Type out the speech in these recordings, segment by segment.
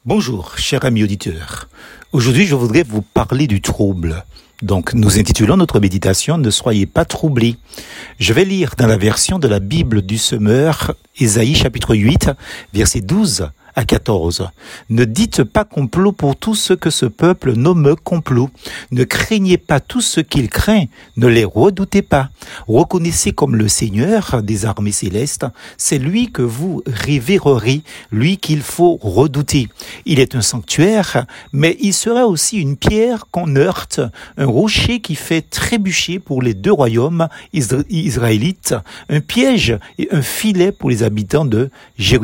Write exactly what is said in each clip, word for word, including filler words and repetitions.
Bonjour, chers amis auditeurs. Aujourd'hui, je voudrais vous parler du trouble. Donc, nous intitulons notre méditation « Ne soyez pas troublés ». Je vais lire dans la version de la Bible du Semeur, Ésaïe chapitre huit, versets douze à quatorze. « Ne dites pas complot pour tout ce que ce peuple nomme complot. Ne craignez pas tout ce qu'il craint. Ne les redoutez pas. Reconnaissez comme le Seigneur des armées célestes. C'est lui que vous révérerez, lui qu'il faut redouter. Il est un sanctuaire, mais il sera aussi une pierre qu'on heurte, un rocher qui fait trébucher pour les deux royaumes isra- israélites, un piège et un filet pour les habitants de Jérusalem. »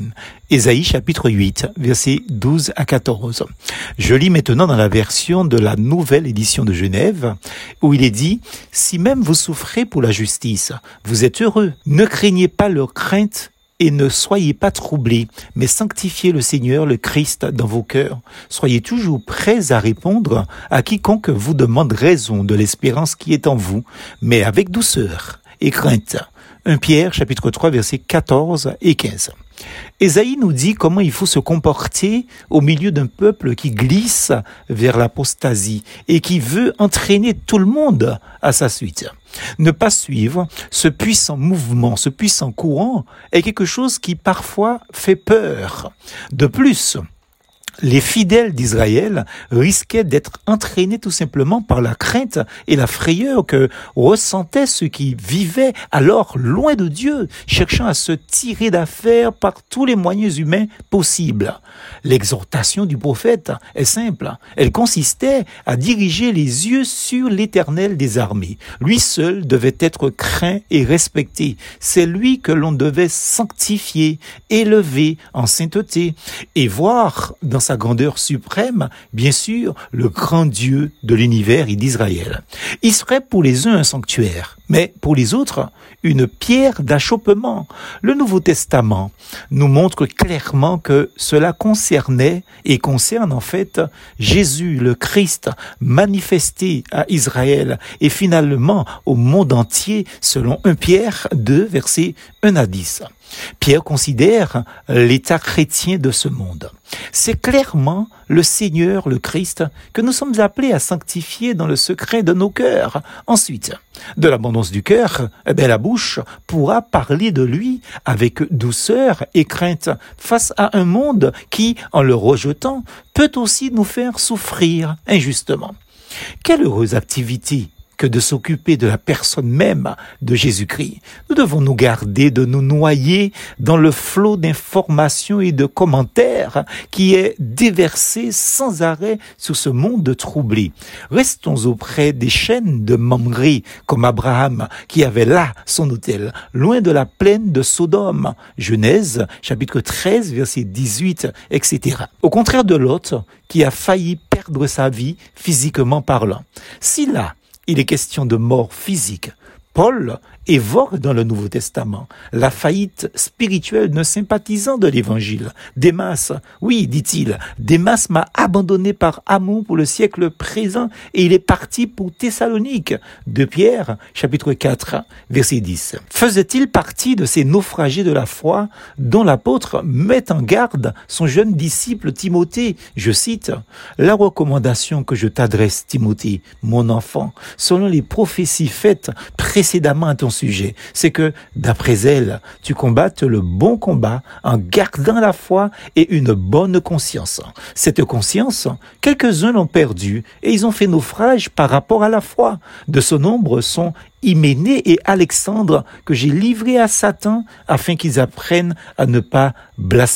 Ésaïe chapitre huit, versets douze à quatorze. Je lis maintenant dans la version de la nouvelle édition de Genève, où il est dit « Si même vous souffrez pour la justice, vous êtes heureux. Ne craignez pas leur crainte et ne soyez pas troublés, mais sanctifiez le Seigneur, le Christ, dans vos cœurs. Soyez toujours prêts à répondre à quiconque vous demande raison de l'espérance qui est en vous, mais avec douceur et crainte. » premier Pierre, chapitre trois, versets quatorze et quinze. Ésaïe nous dit comment il faut se comporter au milieu d'un peuple qui glisse vers l'apostasie et qui veut entraîner tout le monde à sa suite. Ne pas suivre ce puissant mouvement, ce puissant courant est quelque chose qui parfois fait peur. De plus, les fidèles d'Israël risquaient d'être entraînés tout simplement par la crainte et la frayeur que ressentaient ceux qui vivaient alors loin de Dieu, cherchant à se tirer d'affaire par tous les moyens humains possibles. L'exhortation du prophète est simple. Elle consistait à diriger les yeux sur l'Éternel des armées. Lui seul devait être craint et respecté. C'est lui que l'on devait sanctifier, élever en sainteté et voir dans sa grandeur suprême, bien sûr, le grand Dieu de l'univers et d'Israël. Il serait pour les uns un sanctuaire, mais pour les autres, une pierre d'achoppement. Le Nouveau Testament nous montre clairement que cela concernait et concerne en fait Jésus, le Christ, manifesté à Israël et finalement au monde entier selon premier Pierre deux, versets un à dix. Pierre considère l'état chrétien de ce monde. C'est clairement le Seigneur, le Christ, que nous sommes appelés à sanctifier dans le secret de nos cœurs. Ensuite, de l'abondance du cœur, eh bien, la bouche pourra parler de lui avec douceur et crainte face à un monde qui, en le rejetant, peut aussi nous faire souffrir injustement. Quelle heureuse activité que de s'occuper de la personne même de Jésus-Christ. Nous devons nous garder de nous noyer dans le flot d'informations et de commentaires qui est déversé sans arrêt sur ce monde troublé. Restons auprès des chaînes de Mamré, comme Abraham, qui avait là son autel, loin de la plaine de Sodome. Genèse, chapitre treize, verset dix-huit, et cetera. Au contraire de Lot, qui a failli perdre sa vie physiquement parlant. Si là, il est question de mort physique, Paul évoque dans le Nouveau Testament la faillite spirituelle d'un sympathisant de l'Évangile. Démas, oui, dit-il, Démas m'a abandonné par amour pour le siècle présent et il est parti pour Thessalonique. deux Pierre, chapitre quatre, verset dix. Faisait-il partie de ces naufragés de la foi dont l'apôtre met en garde son jeune disciple Timothée? Je cite, « La recommandation que je t'adresse, Timothée, mon enfant, selon les prophéties faites précédemment à ton sujet, c'est que, d'après elle, tu combattes le bon combat en gardant la foi et une bonne conscience. Cette conscience, quelques-uns l'ont perdue et ils ont fait naufrage par rapport à la foi. De ce nombre sont Hyménée et Alexandre que j'ai livrés à Satan afin qu'ils apprennent à ne pas blasphémer. »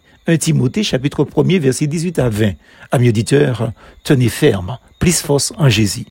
premier Timothée, chapitre premier, versets dix-huit à vingt. Amis auditeurs, tenez ferme, plus force en Jésus.